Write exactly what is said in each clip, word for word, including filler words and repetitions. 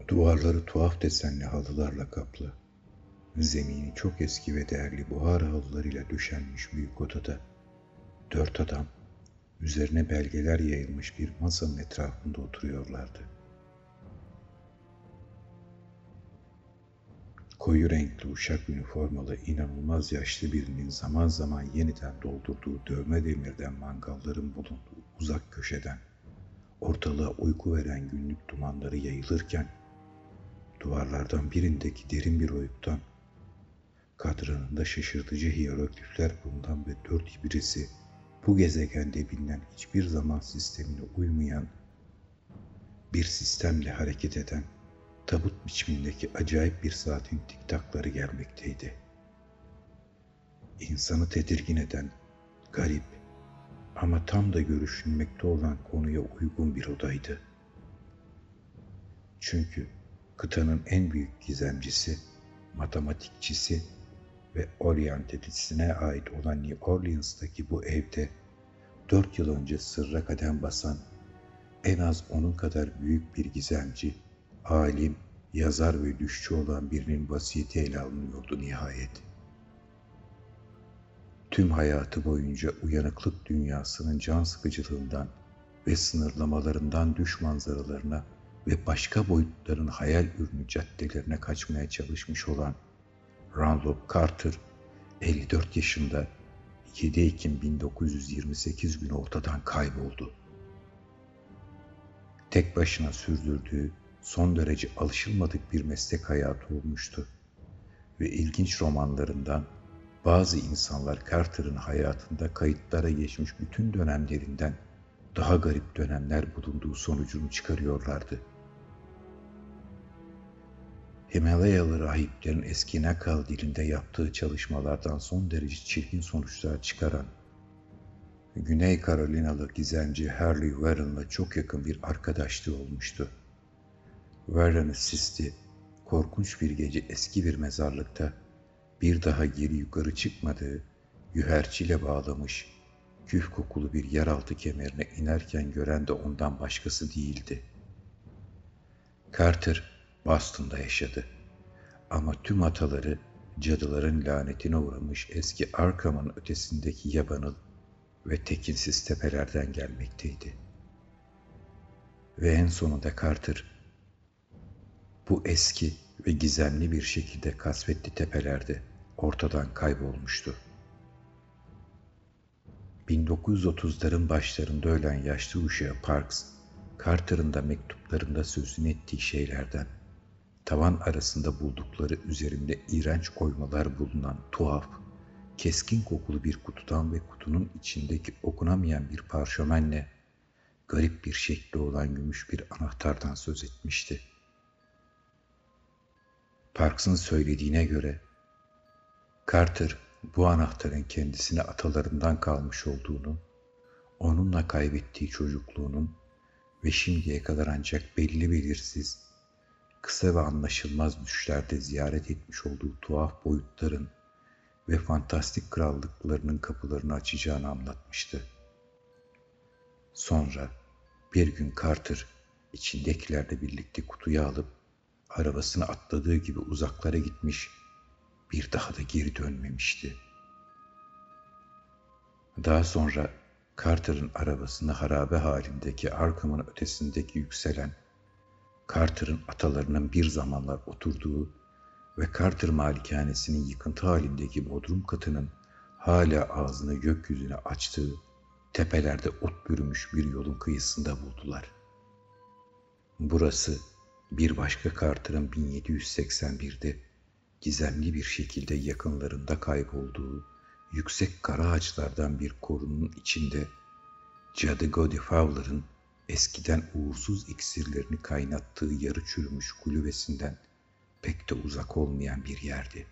Duvarları tuhaf desenli halılarla kaplı, zemini çok eski ve değerli buhar halılarıyla döşenmiş büyük odada, dört adam, üzerine belgeler yayılmış bir masanın etrafında oturuyorlardı. Koyu renkli uşak üniformalı inanılmaz yaşlı birinin zaman zaman yeniden doldurduğu dövme demirden mangalların bulunduğu uzak köşeden, ortalığa uyku veren günlük dumanları yayılırken, duvarlardan birindeki derin bir oyuktan, kadranında şaşırtıcı hieroglifler bulunan ve dört ibresi bu gezegende bilinen hiçbir zaman sistemine uymayan bir sistemle hareket eden tabut biçimindeki acayip bir saatin tiktakları gelmekteydi. İnsanı tedirgin eden, garip ama tam da görüşülmekte olan konuya uygun bir odaydı. Çünkü kıtanın en büyük gizemcisi, matematikçisi ve oryantalistine ait olan New Orleans'taki bu evde dört yıl önce sırra kadem basan en az onun kadar büyük bir gizemci, alim, yazar ve düşçü olan birinin vasiyeti ele alınıyordu nihayet. Tüm hayatı boyunca uyanıklık dünyasının can sıkıcılığından ve sınırlamalarından düş manzaralarına ve başka boyutların hayal ürünü caddelerine kaçmaya çalışmış olan Randolph Carter, elli dört yaşında yedi Ekim bin dokuz yüz yirmi sekiz günü ortadan kayboldu. Tek başına sürdürdüğü son derece alışılmadık bir meslek hayatı olmuştu ve ilginç romanlarından bazı insanlar Carter'ın hayatında kayıtlara geçmiş bütün dönemlerinden daha garip dönemler bulunduğu sonucunu çıkarıyorlardı. Himalayalı rahiplerin eski Nakal dilinde yaptığı çalışmalardan son derece çirkin sonuçlar çıkaran, Güney Carolinalı gizemci Harley Warren'la çok yakın bir arkadaşlığı olmuştu. Warren'ın sisti, korkunç bir gece eski bir mezarlıkta bir daha geri yukarı çıkmadığı, yüherçiyle bağlamış, küf kokulu bir yeraltı kemerine inerken gören de ondan başkası değildi. Carter, Boston'da yaşadı. Ama tüm ataları cadıların lanetine uğramış eski Arkham'ın ötesindeki yabanıl ve tekinsiz tepelerden gelmekteydi. Ve en sonunda Carter, bu eski ve gizemli bir şekilde kasvetli tepelerde ortadan kaybolmuştu. bin dokuz yüz otuzların başlarında ölen yaşlı uşağı Parks, Carter'ın da mektuplarında sözünü ettiği şeylerden, tavan arasında buldukları üzerinde iğrenç oymalar bulunan tuhaf, keskin kokulu bir kutudan ve kutunun içindeki okunamayan bir parşömenle garip bir şekli olan gümüş bir anahtardan söz etmişti. Parks'ın söylediğine göre Carter bu anahtarın kendisine atalarından kalmış olduğunu, onunla kaybettiği çocukluğunun ve şimdiye kadar ancak belli belirsiz, kısa ve anlaşılmaz düşlerde ziyaret etmiş olduğu tuhaf boyutların ve fantastik krallıklarının kapılarını açacağını anlatmıştı. Sonra bir gün Carter içindekilerle birlikte kutuyu alıp arabasına atladığı gibi uzaklara gitmiş, bir daha da geri dönmemişti. Daha sonra Carter'ın arabasını harabe halindeki Arkham'ın ötesindeki yükselen, Carter'ın atalarının bir zamanlar oturduğu ve Carter malikanesinin yıkıntı halindeki bodrum katının hala ağzını gökyüzüne açtığı tepelerde ot bürümüş bir yolun kıyısında buldular. Burası bir başka Carter'ın bin yedi yüz seksen birde gizemli bir şekilde yakınlarında kaybolduğu yüksek kara ağaçlardan bir korunun içinde cadı Gody Fowler'ın eskiden uğursuz iksirlerini kaynattığı yarı çürümüş kulübesinden pek de uzak olmayan bir yerdi.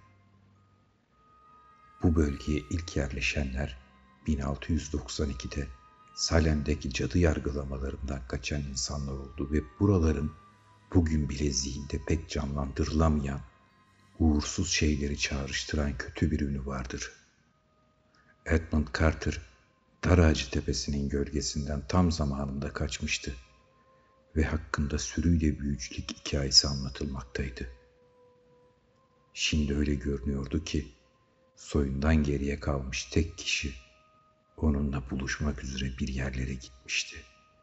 Bu bölgeye ilk yerleşenler bin altı yüz doksan ikide Salem'deki cadı yargılamalarından kaçan insanlar oldu ve buraların bugün bile zihinde pek canlandırılamayan, uğursuz şeyleri çağrıştıran kötü bir ünü vardır. Edmund Carter, Darağacı Tepesi'nin gölgesinden tam zamanında kaçmıştı ve hakkında sürüyle büyücülük hikayesi anlatılmaktaydı. Şimdi öyle görünüyordu ki soyundan geriye kalmış tek kişi onunla buluşmak üzere bir yerlere gitmişti.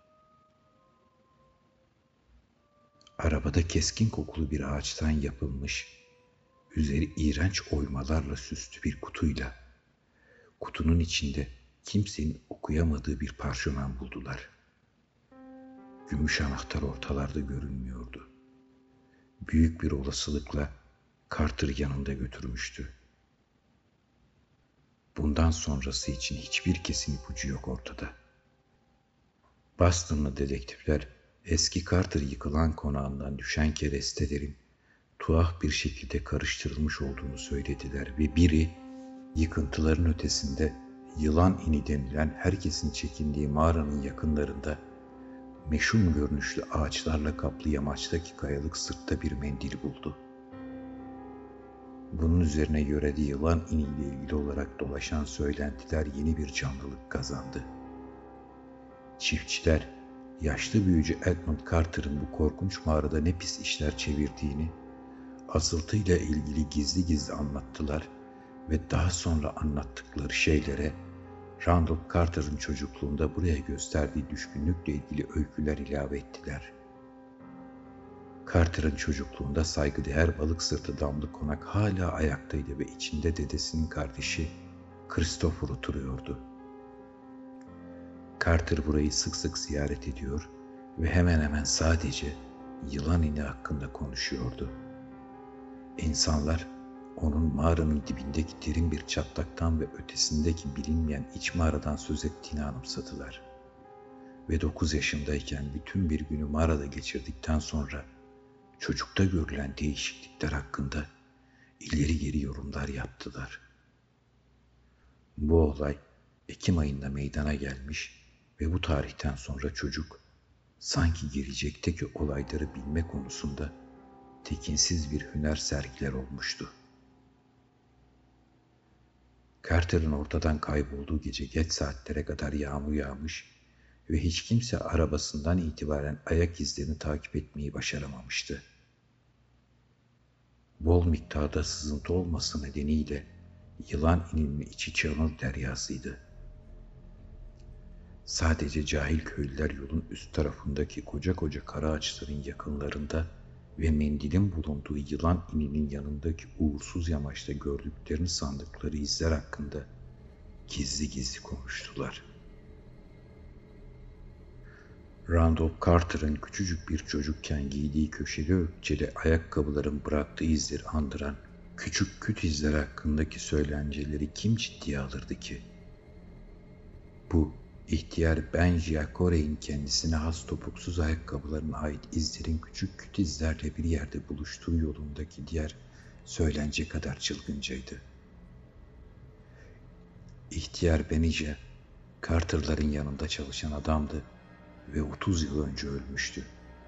Arabada keskin kokulu bir ağaçtan yapılmış, üzeri iğrenç oymalarla süslü bir kutuyla, kutunun içinde kimsenin okuyamadığı bir parşömen buldular. Gümüş anahtar ortalarda görünmüyordu. Büyük bir olasılıkla Carter yanında götürmüştü. Bundan sonrası için hiçbir kesin ipucu yok ortada. Boston'lı dedektifler eski Carter yıkılan konağından düşen kerestelerin tuhaf bir şekilde karıştırılmış olduğunu söylediler ve biri yıkıntıların ötesinde yılan ini denilen herkesin çekindiği mağaranın yakınlarında meşhum görünüşlü ağaçlarla kaplı yamaçtaki kayalık sırtta bir mendil buldu. Bunun üzerine yörede yılan iniyle ilgili olarak dolaşan söylentiler yeni bir canlılık kazandı. Çiftçiler, yaşlı büyücü Edmund Carter'ın bu korkunç mağarada ne pis işler çevirdiğini, asıltıyla ilgili gizli gizli anlattılar ve daha sonra anlattıkları şeylere Randolph Carter'ın çocukluğunda buraya gösterdiği düşkünlükle ilgili öyküler ilave ettiler. Carter'ın çocukluğunda saygıdeğer balık sırtı damlı konak hala ayaktaydı ve içinde dedesinin kardeşi Christopher oturuyordu. Carter burayı sık sık ziyaret ediyor ve hemen hemen sadece yılan ini hakkında konuşuyordu. İnsanlar onun mağaranın dibindeki derin bir çatlaktan ve ötesindeki bilinmeyen iç mağaradan söz ettiğini anımsadılar. Ve dokuz yaşındayken bütün bir günü mağarada geçirdikten sonra çocukta görülen değişiklikler hakkında ileri geri yorumlar yaptılar. Bu olay Ekim ayında meydana gelmiş ve bu tarihten sonra çocuk sanki gelecekteki olayları bilme konusunda tekinsiz bir hüner sergiler olmuştu. Carter'ın ortadan kaybolduğu gece geç saatlere kadar yağmur yağmış ve hiç kimse arabasından itibaren ayak izlerini takip etmeyi başaramamıştı. Bol miktarda sızıntı olması nedeniyle yılan inilme içi çamur deryasıydı. Sadece cahil köylüler yolun üst tarafındaki koca koca kara ağaçların yakınlarında ve mendilin bulunduğu yılan ininin yanındaki uğursuz yamaçta gördüklerini sandıkları izler hakkında gizli gizli konuştular. Randolph Carter'ın küçücük bir çocukken giydiği köşeli ökçeli ayakkabıların bıraktığı izleri andıran küçük küt izler hakkındaki söylenceleri kim ciddiye alırdı ki? Bu ihtiyar Ben Giacore'in kendisine has topuksuz ayakkabılarına ait izlerin küçük küt izlerle bir yerde buluştuğu yolundaki diğer söylence kadar çılgıncaydı. İhtiyar Benija, Carter'ların yanında çalışan adamdı ve otuz yıl önce ölmüştü.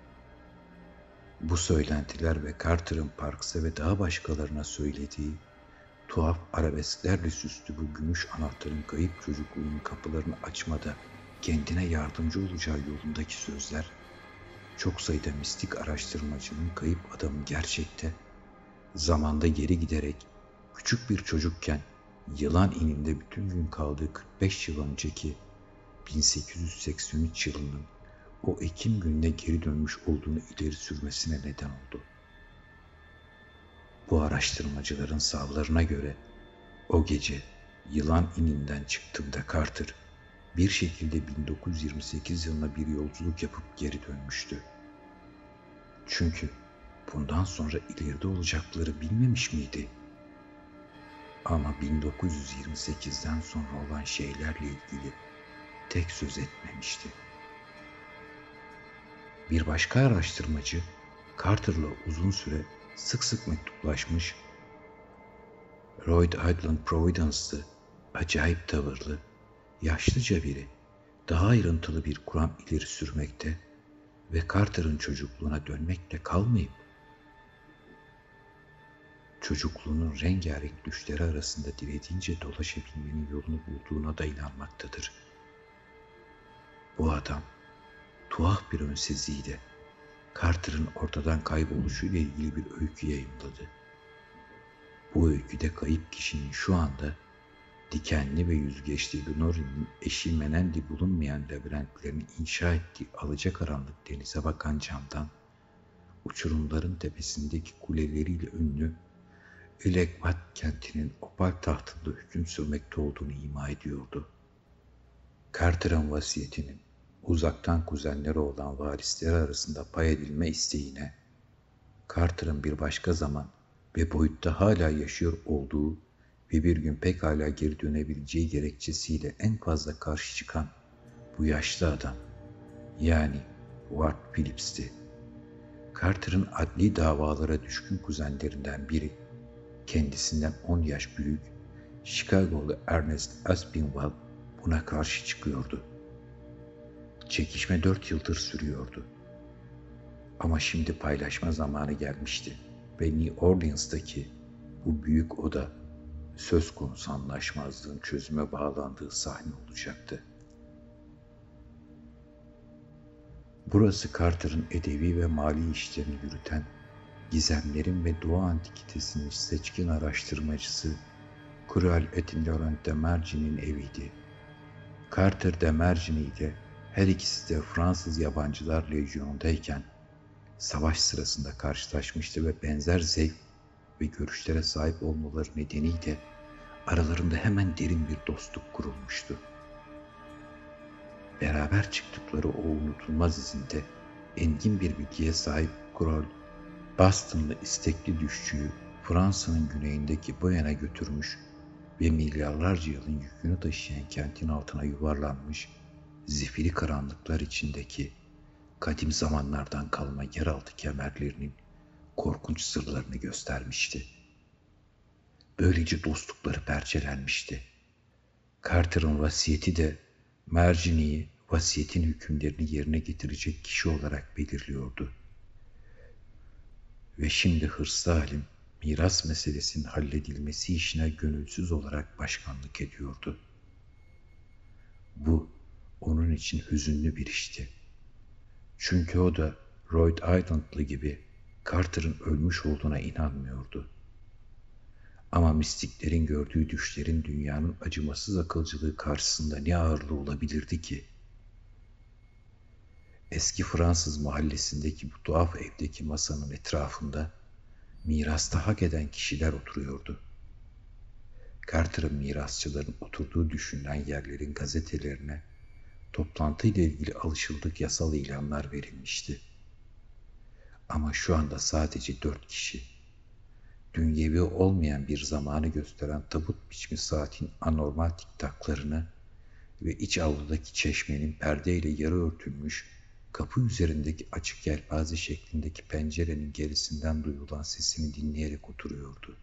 Bu söylentiler ve Carter'ın Parks'e ve daha başkalarına söylediği tuhaf arabesklerle süslü bu gümüş anahtarın kayıp çocukluğunun kapılarını açmada kendine yardımcı olacağı yolundaki sözler, çok sayıda mistik araştırmacının kayıp adamın gerçekte zamanda geri giderek küçük bir çocukken yılan ininde bütün gün kaldığı kırk beş yıl önceki bin sekiz yüz seksen üç yılının o Ekim gününe geri dönmüş olduğunu ileri sürmesine neden oldu. Bu araştırmacıların savlarına göre o gece yılan ininden çıktığında Carter bir şekilde bin dokuz yüz yirmi sekiz yılına bir yolculuk yapıp geri dönmüştü. Çünkü bundan sonra ileride olacakları bilmemiş miydi? Ama bin dokuz yüz yirmi sekizden sonra olan şeylerle ilgili tek söz etmemişti. Bir başka araştırmacı Carter'la uzun süre sık sık mektuplaşmış, Rhode Island Providence'lı, acayip tavırlı, yaşlıca biri daha ayrıntılı bir kuram ileri sürmekte ve Carter'ın çocukluğuna dönmekle kalmayıp çocukluğunun rengarenk düşleri arasında dilediğince dolaşabilmenin yolunu bulduğuna da inanmaktadır. Bu adam tuhaf bir önseziyle Carter'ın ortadan kayboluşuyla ilgili bir öykü yayımladı. Bu öyküde kayıp kişinin şu anda dikenli ve yüzgeçli Glory'nin eşi Menendez bulunmayan labirentlerini inşa ettiği alacakaranlık denize bakan camdan, uçurumların tepesindeki kuleleriyle ünlü Ilekvat kentinin opal tahtında hüküm sürmekte olduğunu ima ediyordu. Carter'ın vasiyetinin uzaktan kuzenleri olan varisleri arasında pay edilme isteğine, Carter'ın bir başka zaman ve boyutta hala yaşıyor olduğu ve bir gün pekala geri dönebileceği gerekçesiyle en fazla karşı çıkan bu yaşlı adam, yani Ward Phillips'ti. Carter'ın adli davalara düşkün kuzenlerinden biri, kendisinden on yaş büyük Chicago'lu Ernest Aspinwall buna karşı çıkıyordu. Çekişme dört yıldır sürüyordu. Ama şimdi paylaşma zamanı gelmişti ve New Orleans'taki bu büyük oda söz konusu anlaşmazlığın çözüme bağlandığı sahne olacaktı. Burası Carter'ın edebi ve mali işlerini yürüten, gizemlerin ve Doğu Antikitesi'nin seçkin araştırmacısı Kral Etin Laurent de Margny'nin eviydi. Carter de Margny ile her ikisi de Fransız Yabancılar Lejyonu'ndayken savaş sırasında karşılaşmıştı ve benzer zevk ve görüşlere sahip olmaları nedeniyle aralarında hemen derin bir dostluk kurulmuştu. Beraber çıktıkları o unutulmaz izinde engin bir bilgiye sahip Kral, Boston'lı istekli düşçüyü Fransa'nın güneyindeki Boyen'e götürmüş ve milyarlarca yılın yükünü taşıyan kentin altına yuvarlanmış, zifiri karanlıklar içindeki kadim zamanlardan kalma yeraltı kemerlerinin korkunç sırlarını göstermişti. Böylece dostlukları perçelenmişti. Carter'ın vasiyeti de Margny'yi vasiyetin hükümlerini yerine getirecek kişi olarak belirliyordu. Ve şimdi hırslı halim miras meselesinin halledilmesi işine gönülsüz olarak başkanlık ediyordu. Bu onun için hüzünlü bir işti. Çünkü o da Rhode Island'lı gibi Carter'ın ölmüş olduğuna inanmıyordu. Ama mistiklerin gördüğü düşlerin dünyanın acımasız akılcılığı karşısında ne ağırlığı olabilirdi ki? Eski Fransız mahallesindeki bu tuhaf evdeki masanın etrafında mirasta hak eden kişiler oturuyordu. Carter'ın mirasçıların oturduğu düşünülen yerlerin gazetelerine toplantıyla ilgili alışıldık yasal ilanlar verilmişti. Ama şu anda sadece dört kişi, dünyevi olmayan bir zamanı gösteren tabut biçimi saatin anormal tiktaklarını ve iç avludaki çeşmenin perdeyle yarı örtülmüş, kapı üzerindeki açık yelpaze şeklindeki pencerenin gerisinden duyulan sesini dinleyerek oturuyordu.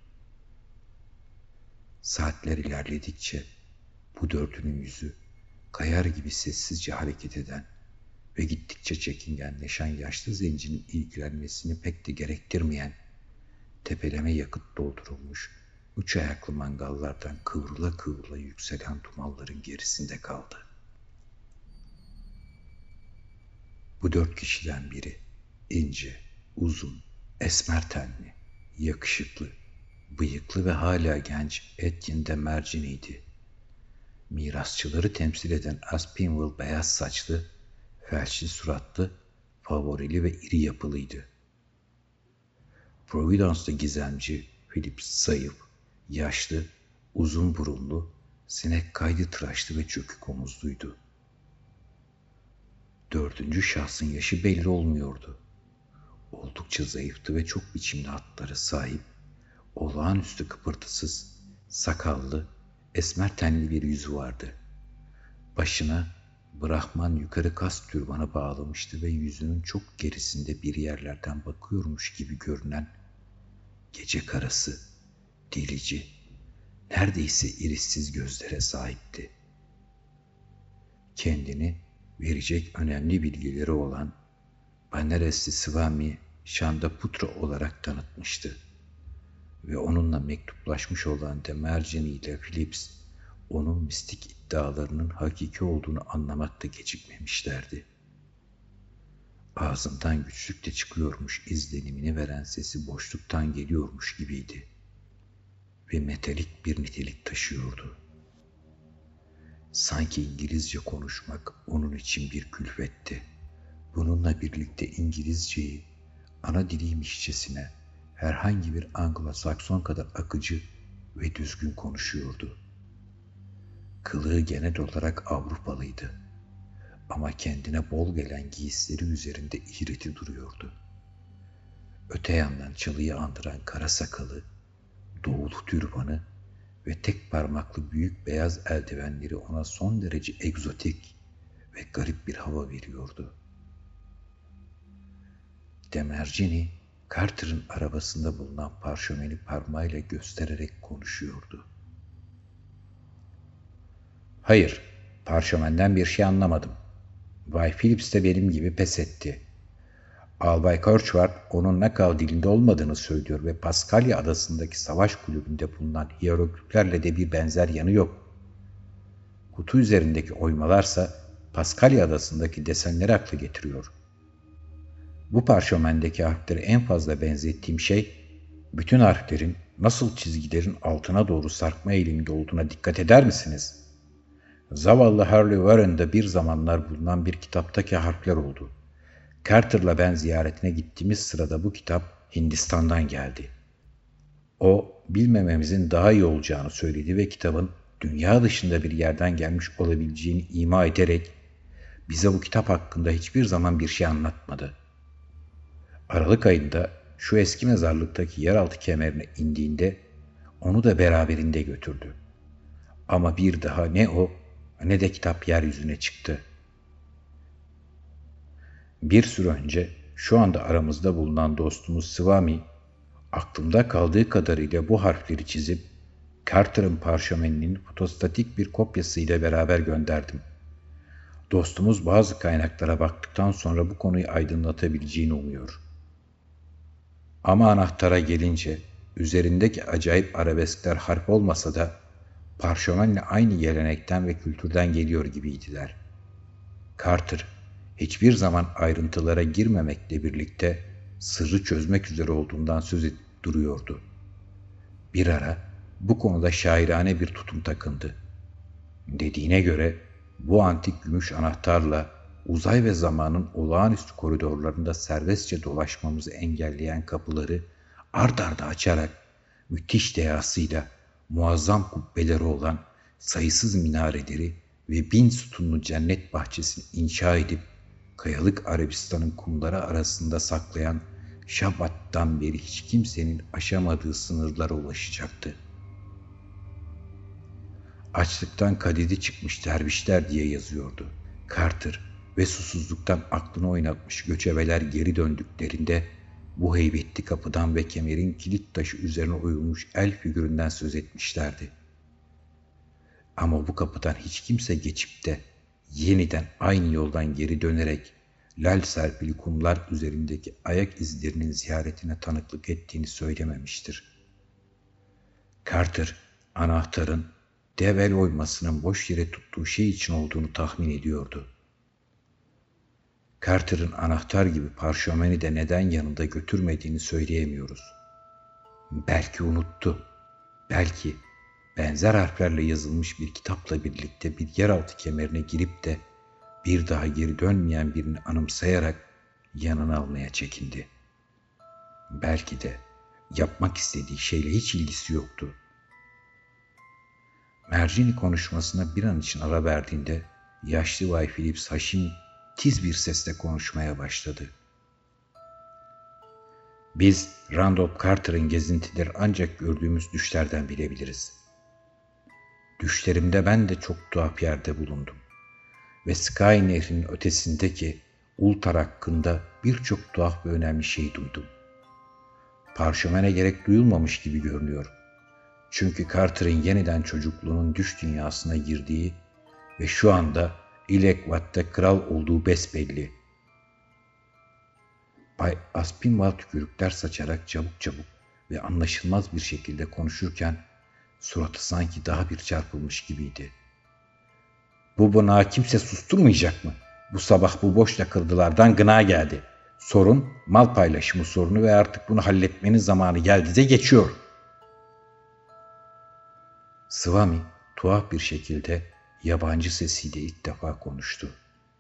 Saatler ilerledikçe bu dördünün yüzü kayar gibi sessizce hareket eden ve gittikçe çekingenleşen yaşlı zencinin ilgilenmesini pek de gerektirmeyen, tepeleme yakıt doldurulmuş üç ayaklı mangallardan kıvrıla kıvrıla yükselen dumanların gerisinde kaldı. Bu dört kişiden biri ince, uzun, esmer tenli, yakışıklı, bıyıklı ve hala genç Etienne de Margny'ydi. Mirasçıları temsil eden Aspinwall beyaz saçlı, felçli suratlı, favorili ve iri yapılıydı. Providence'da gizemci Phillips zayıf, yaşlı, uzun burunlu, sinek kaydı tıraşlı ve çökük omuzluydu. Dördüncü şahsın yaşı belli olmuyordu. Oldukça zayıftı ve çok biçimli hatlara sahip, olağanüstü kıpırtısız, sakallı, esmer tenli bir yüzü vardı. Başına Brahman yukarı kas türbanı bağlamıştı ve yüzünün çok gerisinde bir yerlerden bakıyormuş gibi görünen gece karası, delici, neredeyse irişsiz gözlere sahipti. Kendini verecek önemli bilgileri olan Banaresi Swami Chandaputra olarak tanıtmıştı ve onunla mektuplaşmış olan de Margny ile Phillips onun mistik iddialarının hakiki olduğunu anlamakta gecikmemişlerdi. Ağzından güçlükle çıkıyormuş izlenimini veren sesi boşluktan geliyormuş gibiydi ve metalik bir nitelik taşıyordu. Sanki İngilizce konuşmak onun için bir külfetti. Bununla birlikte İngilizceyi ana diliymişçesine herhangi bir Anglo-Sakson kadar akıcı ve düzgün konuşuyordu. Kılığı genel olarak Avrupalıydı ama kendine bol gelen giysileri üzerinde iğreti duruyordu. Öte yandan çalıyı andıran kara sakalı, doğulu türbanı ve tek parmaklı büyük beyaz eldivenleri ona son derece egzotik ve garip bir hava veriyordu. Demercini, Carter'ın arabasında bulunan parşömeni parmağıyla göstererek konuşuyordu. "Hayır, parşömenden bir şey anlamadım. Bay Phillips de benim gibi pes etti. Albay Kirchward onun Nakal dilinde olmadığını söylüyor ve Paskalya adasındaki savaş kulübünde bulunan hierogliflerle de bir benzer yanı yok. Kutu üzerindeki oymalarsa Paskalya adasındaki desenleri aklı getiriyor. Bu parşömendeki harfleri en fazla benzettiğim şey, bütün harflerin nasıl çizgilerin altına doğru sarkma eğiliminde olduğuna dikkat eder misiniz? Zavallı Harley Warren'da bir zamanlar bulunan bir kitaptaki harfler oldu. Carter'la ben ziyaretine gittiğimiz sırada bu kitap Hindistan'dan geldi. O, bilmememizin daha iyi olacağını söyledi ve kitabın dünya dışında bir yerden gelmiş olabileceğini ima ederek bize bu kitap hakkında hiçbir zaman bir şey anlatmadı. Aralık ayında şu eski mezarlıktaki yeraltı kemerine indiğinde onu da beraberinde götürdü. Ama bir daha ne o ne de kitap yeryüzüne çıktı. Bir süre önce şu anda aramızda bulunan dostumuz Swami, aklımda kaldığı kadarıyla bu harfleri çizip Carter'ın parşömeninin fotostatik bir kopyasıyla beraber gönderdim. Dostumuz bazı kaynaklara baktıktan sonra bu konuyu aydınlatabileceğini umuyor. Ama anahtara gelince üzerindeki acayip arabeskler harf olmasa da parşömenle aynı gelenekten ve kültürden geliyor gibiydiler. Carter hiçbir zaman ayrıntılara girmemekle birlikte sırrı çözmek üzere olduğundan söz edip duruyordu. Bir ara bu konuda şairane bir tutum takındı. Dediğine göre bu antik gümüş anahtarla uzay ve zamanın olağanüstü koridorlarında serbestçe dolaşmamızı engelleyen kapıları ard arda açarak müthiş deyasıyla muazzam kubbeleri olan sayısız minareleri ve bin sütunlu cennet bahçesini inşa edip kayalık Arabistan'ın kumları arasında saklayan Şabat'tan beri hiç kimsenin aşamadığı sınırlara ulaşacaktı. Açlıktan kadidi çıkmış dervişler diye yazıyordu. Carter ve susuzluktan aklını oynatmış göçebeler geri döndüklerinde bu heybetli kapıdan ve kemerin kilit taşı üzerine oyulmuş el figüründen söz etmişlerdi. Ama bu kapıdan hiç kimse geçip de yeniden aynı yoldan geri dönerek lal serpili kumlar üzerindeki ayak izlerinin ziyaretine tanıklık ettiğini söylememiştir. Carter, anahtarın dev el oymasının boş yere tuttuğu şey için olduğunu tahmin ediyordu. Carter'ın anahtar gibi parşömeni de neden yanında götürmediğini söyleyemiyoruz. Belki unuttu, belki benzer harflerle yazılmış bir kitapla birlikte bir yeraltı kemerine girip de bir daha geri dönmeyen birini anımsayarak yanına almaya çekindi. Belki de yapmak istediği şeyle hiç ilgisi yoktu. Mercini konuşmasına bir an için ara verdiğinde yaşlı Bay Phillips Haşim tiz bir sesle konuşmaya başladı. Biz Randolph Carter'ın gezintileri ancak gördüğümüz düşlerden bilebiliriz. Düşlerimde ben de çok tuhaf yerde bulundum ve Sky Nehri'nin ötesindeki Ultar hakkında birçok tuhaf ve önemli şey duydum. Parşömene gerek duyulmamış gibi görünüyor. Çünkü Carter'ın yeniden çocukluğunun düş dünyasına girdiği ve şu anda Ilekvat'ta kral olduğu besbelli. Bay Aspinwall tükürükler saçarak çabuk çabuk ve anlaşılmaz bir şekilde konuşurken suratı sanki daha bir çarpılmış gibiydi. Bu bunağı kimse susturmayacak mı? Bu sabah bu boş lakırdılardan gına geldi. Sorun mal paylaşımı sorunu ve artık bunu halletmenin zamanı geldi de geçiyor. Swami tuhaf bir şekilde yabancı sesiyle ilk defa konuştu.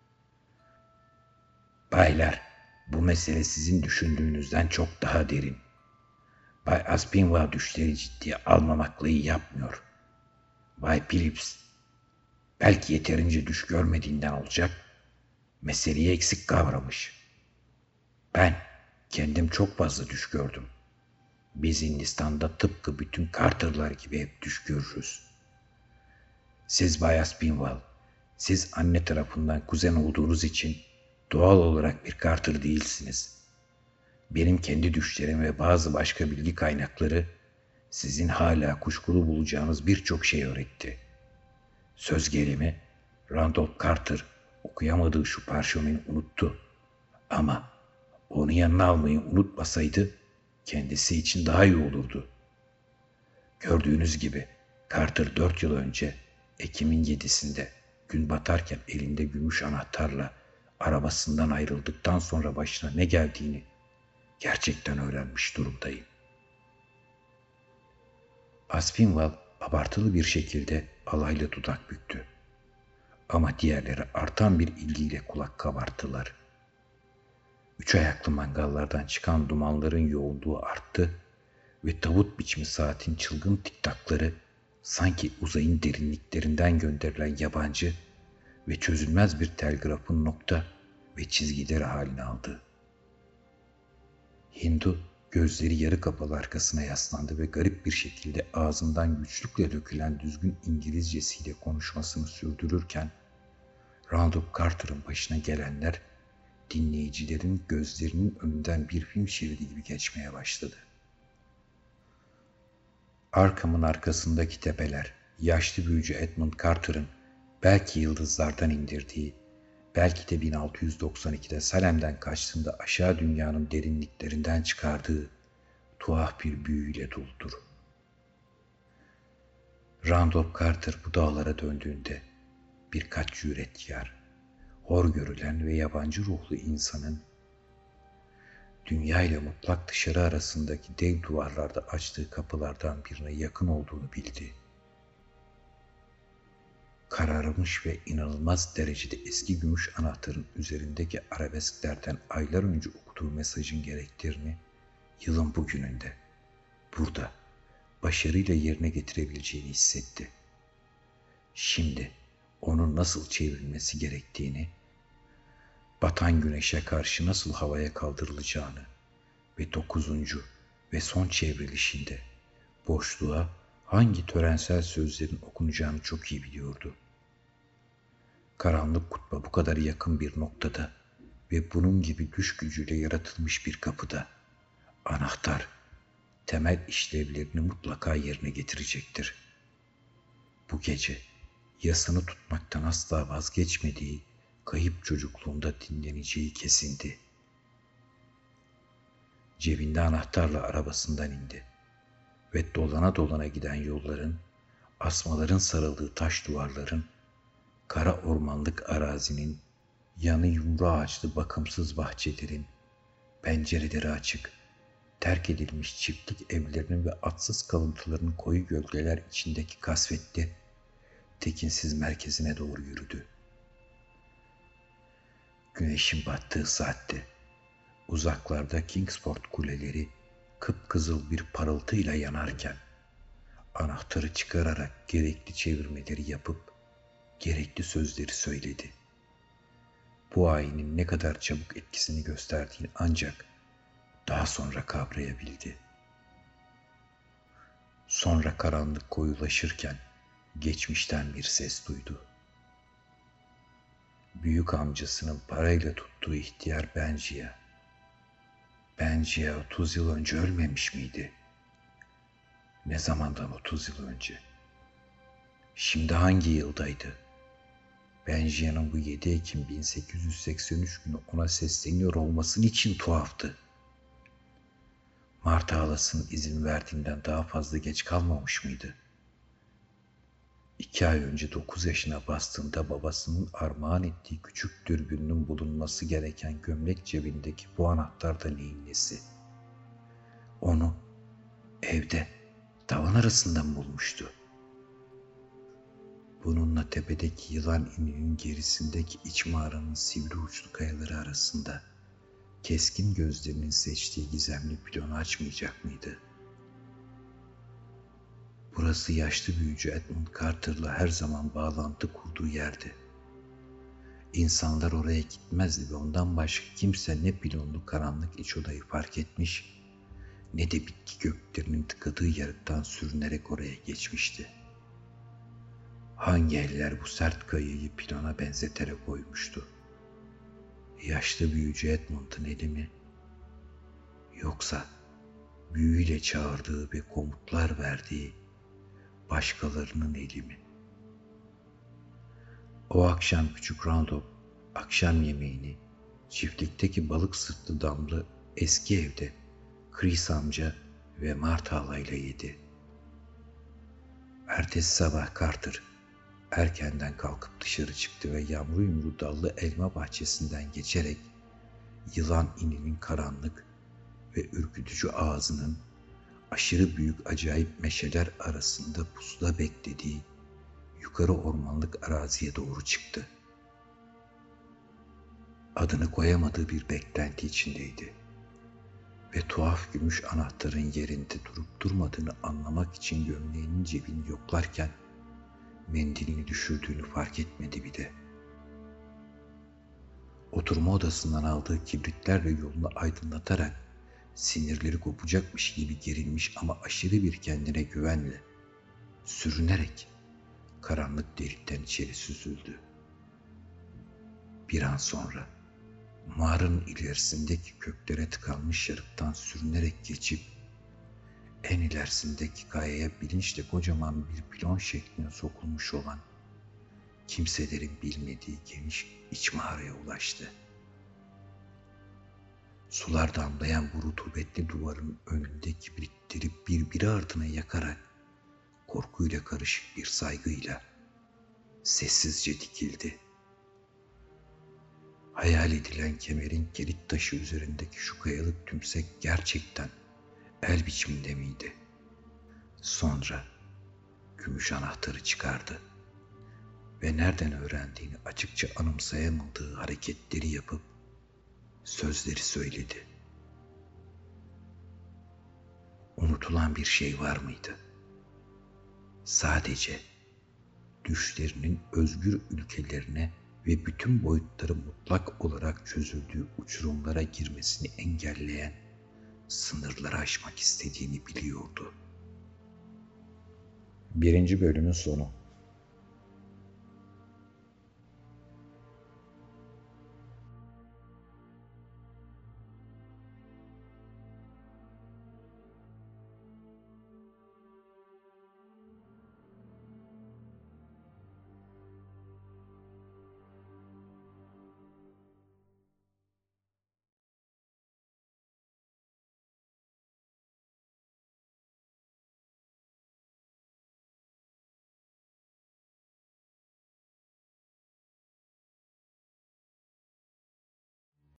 Baylar, bu mesele sizin düşündüğünüzden çok daha derin. Bay Aspinwall düşleri ciddiye almamakla iyi yapmıyor. Bay Phillips, belki yeterince düş görmediğinden olacak, meseleyi eksik kavramış. Ben kendim çok fazla düş gördüm. Biz Hindistan'da tıpkı bütün Carter'lar gibi hep düş görürüz. Siz Bay Aspinwall, siz anne tarafından kuzen olduğunuz için doğal olarak bir Carter değilsiniz. Benim kendi düşlerim ve bazı başka bilgi kaynakları sizin hala kuşkulu bulacağınız birçok şey öğretti. Söz gelimi Randolph Carter okuyamadığı şu parşömeni unuttu. Ama onu yanına almayı unutmasaydı kendisi için daha iyi olurdu. Gördüğünüz gibi Carter dört yıl önce Ekim'in yedisinde gün batarken elinde gümüş anahtarla arabasından ayrıldıktan sonra başına ne geldiğini gerçekten öğrenmiş durumdayım. Aspinwall abartılı bir şekilde alaylı dudak büktü. Ama diğerleri artan bir ilgiyle kulak kabarttılar. Üç ayaklı mangallardan çıkan dumanların yoğunluğu arttı ve tavut biçimi saatin çılgın tiktakları sanki uzayın derinliklerinden gönderilen yabancı ve çözülmez bir telgrafın nokta ve çizgileri halini aldı. Hindu gözleri yarı kapalı arkasına yaslandı ve garip bir şekilde ağzından güçlükle dökülen düzgün İngilizcesiyle konuşmasını sürdürürken Randolph Carter'ın başına gelenler dinleyicilerin gözlerinin önünden bir film şeridi gibi geçmeye başladı. Arkham'ın arkasındaki tepeler, yaşlı büyücü Edmund Carter'ın belki yıldızlardan indirdiği, belki de bin altı yüz doksan ikide Salem'den kaçtığında aşağı dünyanın derinliklerinden çıkardığı tuhaf bir büyüyle doludur. Randolph Carter bu dağlara döndüğünde birkaç cüretkar, hor görülen ve yabancı ruhlu insanın dünya ile mutlak dışarı arasındaki dev duvarlarda açtığı kapılardan birine yakın olduğunu bildi. Kararmış ve inanılmaz derecede eski gümüş anahtarın üzerindeki arabesklerden aylar önce okuduğu mesajın gerektiğini yılın bugününde, burada, başarıyla yerine getirebileceğini hissetti. Şimdi onun nasıl çevrilmesi gerektiğini, batan güneşe karşı nasıl havaya kaldırılacağını ve dokuzuncu ve son çevrilişinde boşluğa hangi törensel sözlerin okunacağını çok iyi biliyordu. Karanlık kutba bu kadar yakın bir noktada ve bunun gibi güç gücüyle yaratılmış bir kapıda anahtar temel işlevlerini mutlaka yerine getirecektir. Bu gece yasını tutmaktan asla vazgeçmediği kayıp çocukluğunda dinleneceği kesindi. Cebinde anahtarla arabasından indi ve dolana dolana giden yolların, asmaların sarıldığı taş duvarların, kara ormanlık arazinin, yanı yumru ağaçlı bakımsız bahçelerin, pencereleri açık, terk edilmiş çiftlik evlerinin ve atsız kalıntıların koyu gölgeler içindeki kasvetli, tekinsiz merkezine doğru yürüdü. Güneşin battığı saatte uzaklarda Kingsport kuleleri kıpkızıl bir parıltıyla yanarken anahtarı çıkararak gerekli çevirmeleri yapıp gerekli sözleri söyledi. Bu ayinin ne kadar çabuk etkisini gösterdiğini ancak daha sonra kavrayabildi. Sonra karanlık koyulaşırken geçmişten bir ses duydu. Büyük amcasının parayla tuttuğu ihtiyar Benjiya. Benjiya otuz yıl önce ölmemiş miydi? Ne zamandan otuz yıl önce? Şimdi hangi yıldaydı? Benjiya'nın bu yedi Ekim bin sekiz yüz seksen üç günü ona sesleniyor olması için tuhaftı. Marta halasının izin verdiğinden daha fazla geç kalmamış mıydı? İki ay önce dokuz yaşına bastığında babasının armağan ettiği küçük dürbünün bulunması gereken gömlek cebindeki bu anahtar da neyin nesi? Onu evde tavan arasından bulmuştu. Bununla tepedeki yılan ininin gerisindeki iç mağaranın sivri uçlu kayaları arasında keskin gözlerinin seçtiği gizemli pilonu açmayacak mıydı? Burası yaşlı büyücü Edmund Carter'la her zaman bağlantı kurduğu yerdi. İnsanlar oraya gitmezdi ve ondan başka kimse ne pilonlu karanlık iç odayı fark etmiş, ne de bitki köklerinin tıkadığı yarıktan sürünerek oraya geçmişti. Hangi eller bu sert kayayı pilona benzeterek koymuştu? Yaşlı büyücü Edmund'un eli mi? Yoksa büyüyle çağırdığı ve komutlar verdiği başkalarının eli mi? O akşam küçük Roundup akşam yemeğini çiftlikteki balık sırtlı damlı eski evde Chris amca ve Mart halayla yedi. Ertesi sabah Carter erkenden kalkıp dışarı çıktı ve yamru yumru dallı elma bahçesinden geçerek yılan ininin karanlık ve ürkütücü ağzının aşırı büyük acayip meşeler arasında pusuda beklediği yukarı ormanlık araziye doğru çıktı. Adını koyamadığı bir beklenti içindeydi ve tuhaf gümüş anahtarın yerinde durup durmadığını anlamak için gömleğinin cebini yoklarken mendilini düşürdüğünü fark etmedi bile. Oturma odasından aldığı kibritlerle yolunu aydınlatarak sinirleri kopacakmış gibi gerilmiş ama aşırı bir kendine güvenle, sürünerek karanlık delikten içeri süzüldü. Bir an sonra mağaranın ilerisindeki köklere tıkanmış yarıktan sürünerek geçip en ilerisindeki kayaya bilinçle kocaman bir pilon şekline sokulmuş olan kimselerin bilmediği geniş iç mağaraya ulaştı. Sular damlayan bu rutubetli duvarın önünde kibritleri birbiri ardına yakarak korkuyla karışık bir saygıyla sessizce dikildi. Hayal edilen kemerin kilit taşı üzerindeki şu kayalık tümsek gerçekten el biçiminde miydi? Sonra gümüş anahtarı çıkardı ve nereden öğrendiğini açıkça anımsayamadığı hareketleri yapıp sözleri söyledi. Unutulan bir şey var mıydı? Sadece düşlerinin özgür ülkelerine ve bütün boyutları mutlak olarak çözüldüğü uçurumlara girmesini engelleyen sınırları aşmak istediğini biliyordu. Birinci bölümün sonu.